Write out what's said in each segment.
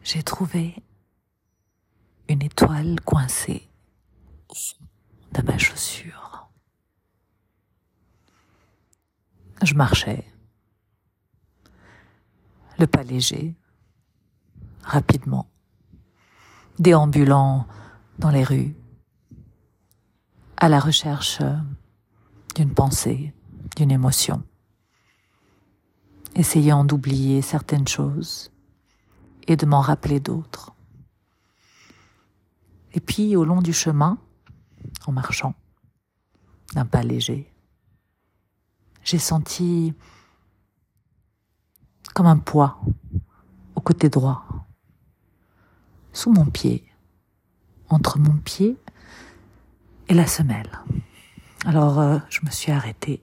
j'ai trouvé une étoile coincée au fond de ma chaussure. Je marchais, le pas léger, rapidement, déambulant dans les rues, à la recherche d'une pensée, d'une émotion, essayant d'oublier certaines choses et de m'en rappeler d'autres. Et puis, au long du chemin, en marchant, d'un pas léger, j'ai senti comme un poids au côté droit, sous mon pied, entre mon pied et la semelle. Alors, je me suis arrêtée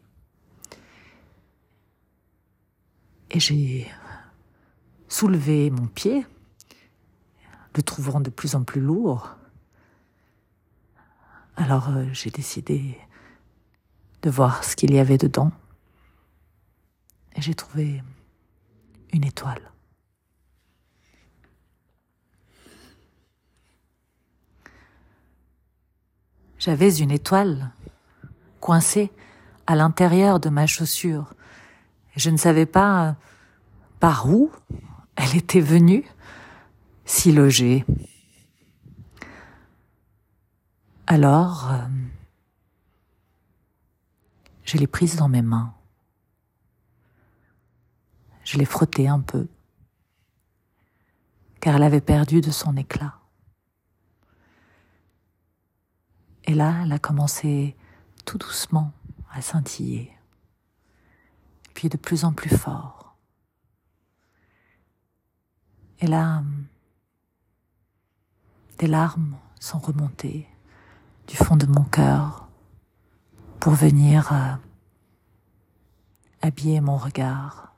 et j'ai soulevé mon pied, le trouvant de plus en plus lourd. Alors, j'ai décidé de voir ce qu'il y avait dedans et j'ai trouvé une étoile. J'avais une étoile coincée à l'intérieur de ma chaussure. Je ne savais pas par où elle était venue s'y loger. Alors, je l'ai prise dans mes mains. Je l'ai frottée un peu, car elle avait perdu de son éclat. Et là, elle a commencé tout doucement à scintiller, puis de plus en plus fort. Et là, des larmes sont remontées du fond de mon cœur pour venir habiller mon regard.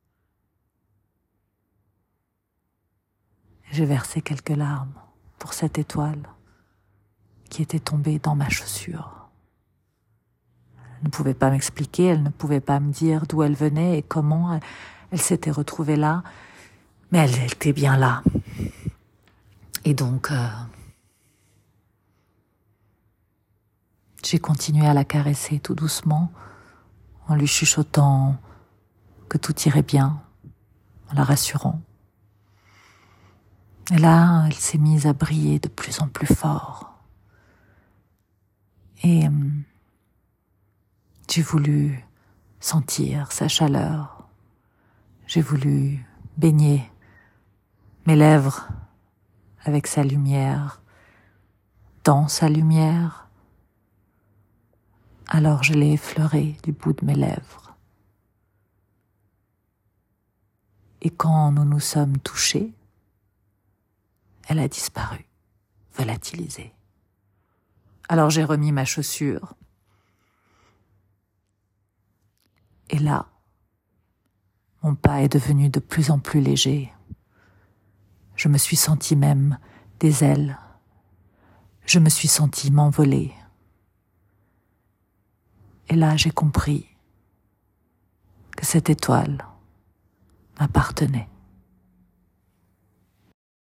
J'ai versé quelques larmes pour cette étoile qui était tombée dans ma chaussure. Elle ne pouvait pas m'expliquer, elle ne pouvait pas me dire d'où elle venait et comment elle s'était retrouvée là, mais elle était bien là. Et donc, j'ai continué à la caresser tout doucement, en lui chuchotant que tout irait bien, en la rassurant. Et là, elle s'est mise à briller de plus en plus fort. Et j'ai voulu sentir sa chaleur. J'ai voulu baigner mes lèvres avec sa lumière, dans sa lumière. Alors je l'ai effleurée du bout de mes lèvres. Et quand nous nous sommes touchés, elle a disparu, volatilisée. Alors j'ai remis ma chaussure. Et là, mon pas est devenu de plus en plus léger. Je me suis sentie même des ailes. Je me suis sentie m'envoler. Et là, j'ai compris que cette étoile m'appartenait.